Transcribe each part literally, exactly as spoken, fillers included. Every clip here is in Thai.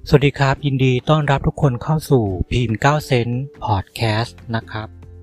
สวัสดีครับยินดีต้อนรับทุกคนเข้าสู่พีมเก้าเซนต์พอดแคสต์นะครับ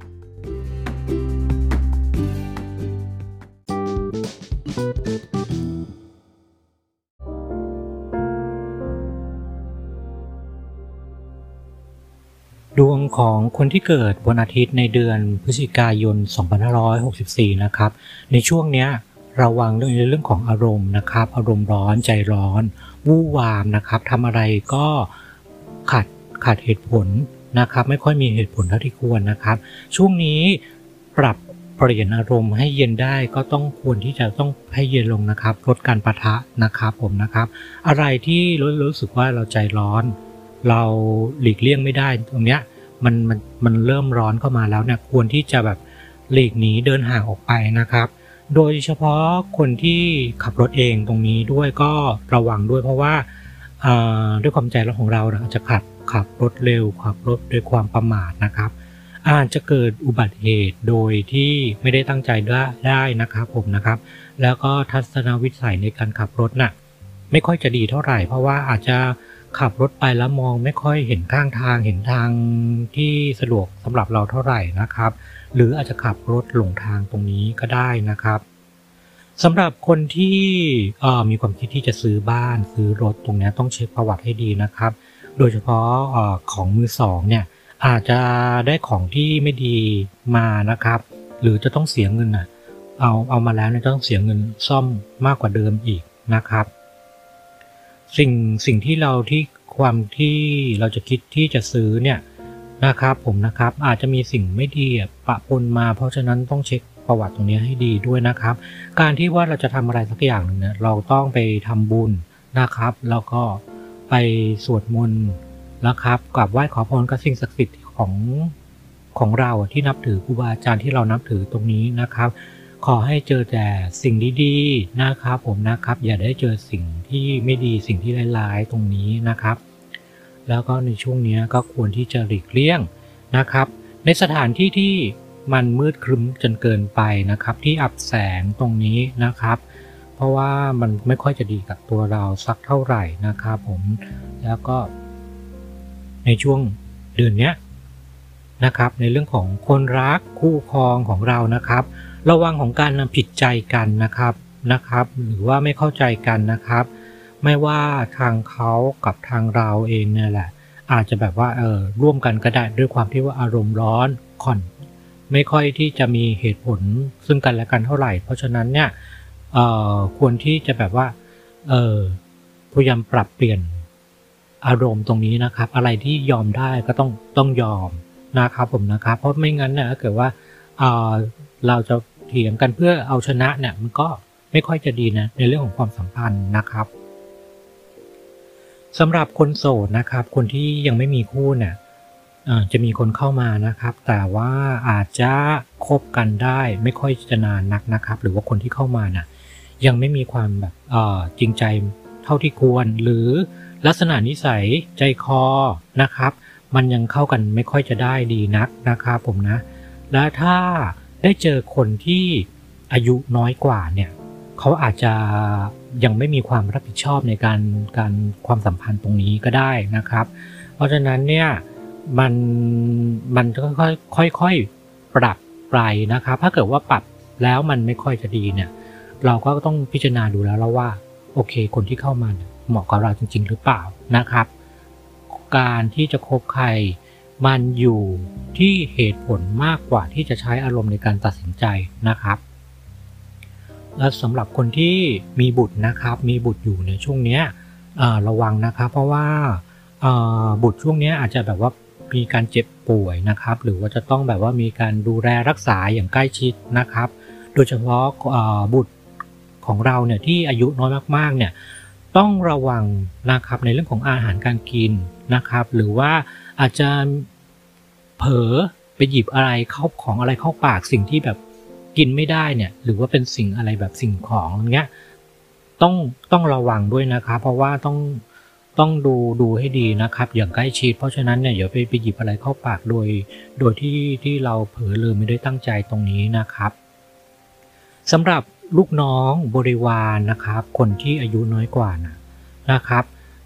ดวงของคนที่เกิดวันอาทิตย์ในเดือนพฤศจิกายนสองพันห้าร้อยหกสิบสี่นะครับในช่วงเนี้ยระวังเรื่องในเรื่องของอารมณ์นะครับอารมณ์ร้อนใจร้อนวู่วามนะครับทำอะไรก็ขาดขาดเหตุผลนะครับไม่ค่อยมีเหตุผลเท่าที่ควรนะครับช่วงนี้ปรับเปลี่ยนอารมณ์ให้เย็นได้ก็ต้องควรที่จะต้องให้เย็นลงนะครับลดการปะทะนะครับผมนะครับอะไรที่รู้รู้สึกว่าเราใจร้อนเราหลีกเลี่ยงไม่ได้ตรงเนี้ยมันมันมันเริ่มร้อนเข้ามาแล้วเนี่ยควรที่จะแบบหลีกหนีเดินห่างออกไปนะครับโดยเฉพาะคนที่ขับรถเองตรงนี้ด้วยก็ระวังด้วยเพราะว่าด้วยความใจร้อนของเราอาจจะขับขับรถเร็วขับรถด้วยความประมาทนะครับอาจจะเกิดอุบัติเหตุโดยที่ไม่ได้ตั้งใจได้ได้นะครับผมนะครับแล้วก็ทัศนวิสัยในการขับรถน่ะไม่ค่อยจะดีเท่าไหร่เพราะว่าอาจจะขับรถไปแล้วมองไม่ค่อยเห็นข้างทางเห็นทางที่สะดวกสำหรับเราเท่าไหร่นะครับหรืออาจจะขับรถหลงทางตรงนี้ก็ได้นะครับสำหรับคนที่มีความคิดที่จะซื้อบ้านซื้อรถตรงนี้ต้องเช็คประวัติให้ดีนะครับโดยเฉพาะของมือสองเนี่ยอาจจะได้ของที่ไม่ดีมานะครับหรือจะต้องเสียเงินอ่ะเอาเอามาแล้วเนี่ยต้องเสียเงินซ่อมมากกว่าเดิมอีกนะครับสิ่งสิ่งที่เราที่ความที่เราจะคิดที่จะซื้อเนี่ยนะครับผมนะครับอาจจะมีสิ่งไม่ดีปะปนมาเพราะฉะนั้นต้องเช็คประวัติตรงนี้ให้ดีด้วยนะครับการที่ว่าเราจะทำอะไรสักอย่างหนึ่งเนี่ยเราต้องไปทำบุญนะครับแล้วก็ไปสวดมนต์นะครับกราบไหว้ขอพรกับสิ่งศักดิ์สิทธิ์ของของเราที่นับถือครูบาอาจารย์ที่เรานับถือตรงนี้นะครับขอให้เจอแต่สิ่งดีๆนะครับผมนะครับอย่าได้เจอสิ่งที่ไม่ดีสิ่งที่ร้ายๆตรงนี้นะครับแล้วก็ในช่วงนี้ก็ควรที่จะหลีกเลี่ยงนะครับในสถานที่ที่มันมืดครึ้มจนเกินไปนะครับที่อับแสงตรงนี้นะครับเพราะว่ามันไม่ค่อยจะดีกับตัวเราสักเท่าไหร่นะครับผมแล้วก็ในช่วงเดือนนี้นะครับในเรื่องของคนรักคู่ครองของเรานะครับระวังของการผิดใจกันนะครับนะครับหรือว่าไม่เข้าใจกันนะครับไม่ว่าทางเขากับทางเราเองเนี่ยแหละอาจจะแบบว่าเออร่วมกันก็ได้ด้วยความที่ว่าอารมณ์ร้อนค่อนไม่ค่อยที่จะมีเหตุผลซึ่งกันและกันเท่าไหร่เพราะฉะนั้นเนี่ยเอ่อควรที่จะแบบว่าเออพยายามปรับเปลี่ยนอารมณ์ตรงนี้นะครับอะไรที่ยอมได้ก็ต้องต้องยอมนะครับผมนะครับเพราะไม่งั้นเนี่ยถ้าเกิดว่าเอ่อเราจะเถียงกันเพื่อเอาชนะเนี่ยมันก็ไม่ค่อยจะดีนะในเรื่องของความสัมพันธ์นะครับสำหรับคนโสดนะครับคนที่ยังไม่มีคู่เนี่ยจะมีคนเข้ามานะครับแต่ว่าอาจจะคบกันได้ไม่ค่อยจะนานนักนะครับหรือว่าคนที่เข้ามาน่ะยังไม่มีความแบบจริงใจเท่าที่ควรหรือลักษณะนิสัยใจคอนะครับมันยังเข้ากันไม่ค่อยจะได้ดีนักนะครับผมนะและถ้าได้เจอคนที่อายุน้อยกว่าเนี่ยเขาอาจจะยังไม่มีความรับผิดชอบในการการความสัมพันธ์ตรงนี้ก็ได้นะครับเพราะฉะนั้นเนี่ยมันมันจะค่อยๆค่อยๆปรับไปนะครับถ้าเกิดว่าปรับแล้วมันไม่ค่อยจะดีเนี่ยเราก็ต้องพิจารณาดูแล้วแล้วว่าโอเคคนที่เข้ามาเหมาะกับเราจริงๆหรือเปล่านะครับการที่จะคบใครมันอยู่ที่เหตุผลมากกว่าที่จะใช้อารมณ์ในการตัดสินใจนะครับและสำหรับคนที่มีบุตรนะครับมีบุตรอยู่ในช่วงนี้ระวังนะครับเพราะว่าบุตรช่วงนี้อาจจะแบบว่ามีการเจ็บป่วยนะครับหรือว่าจะต้องแบบว่ามีการดูแลรักษาอย่างใกล้ชิดนะครับโดยเฉพาะบุตรของเราเนี่ยที่อายุน้อยมากๆเนี่ยต้องระวังนะครับในเรื่องของอาหารการกินนะครับหรือว่าอาจจะเผลอไปหยิบอะไรเข้าของอะไรเข้าปากสิ่งที่แบบกินไม่ได้เนี่ยหรือว่าเป็นสิ่งอะไรแบบสิ่งของอย่างเงี้ยต้องต้องระวังด้วยนะครับเพราะว่าต้องต้องดูดูให้ดีนะครับอย่างใกล้ชิดเพราะฉะนั้นเนี่ยอย่าไปไปหยิบอะไรเข้าปากโดยโดยที่ที่เราเผลอเลยไม่ได้ตั้งใจตรงนี้นะครับสำหรับลูกน้องบริวารนะครับคนที่อายุน้อยกว่านะนะครับ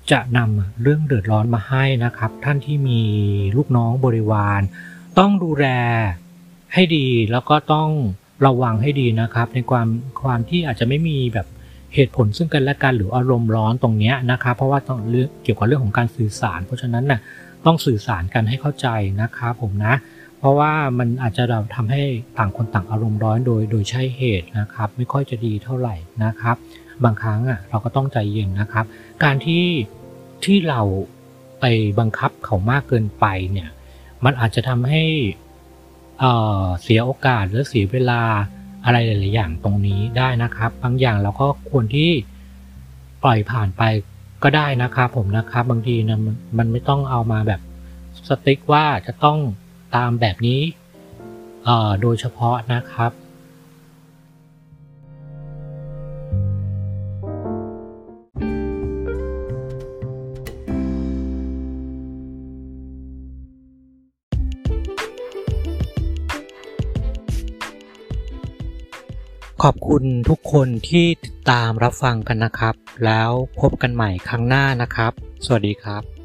จะนำเรื่องเดือดร้อนมาให้นะครับท่านที่มีลูกน้องบริวารต้องดูแลให้ดีแล้วก็ต้องระวังให้ดีนะครับในความความที่อาจจะไม่มีแบบเหตุผลซึ่งกันและกันหรืออารมณ์ร้อนตรงนี้นะครับเพราะว่าต้องเรื่องเกี่ยวกับเรื่องของการสื่อสารเพราะฉะนั้นน่ะต้องสื่อสารกันให้เข้าใจนะครับผมนะเพราะว่ามันอาจจะทำให้ต่างคนต่างอารมณ์ร้อนโดยโดยใช่เหตุนะครับไม่ค่อยจะดีเท่าไหร่นะครับบางครั้งอ่ะเราก็ต้องใจเย็นนะครับการที่ที่เราไปบังคับเขามากเกินไปเนี่ยมันอาจจะทำให้เอ่อเสียโอกาสหรือเสียเวลาอะไรหลายๆอย่างตรงนี้ได้นะครับบางอย่างเราก็ควรที่ปล่อยผ่านไปก็ได้นะครับผมนะครับบางทีนะมันมันไม่ต้องเอามาแบบสติ๊กว่าจะต้องตามแบบนี้เอ่อโดยเฉพาะนะครับขอบคุณทุกคนที่ติดตามรับฟังกันนะครับแล้วพบกันใหม่ครั้งหน้านะครับสวัสดีครับ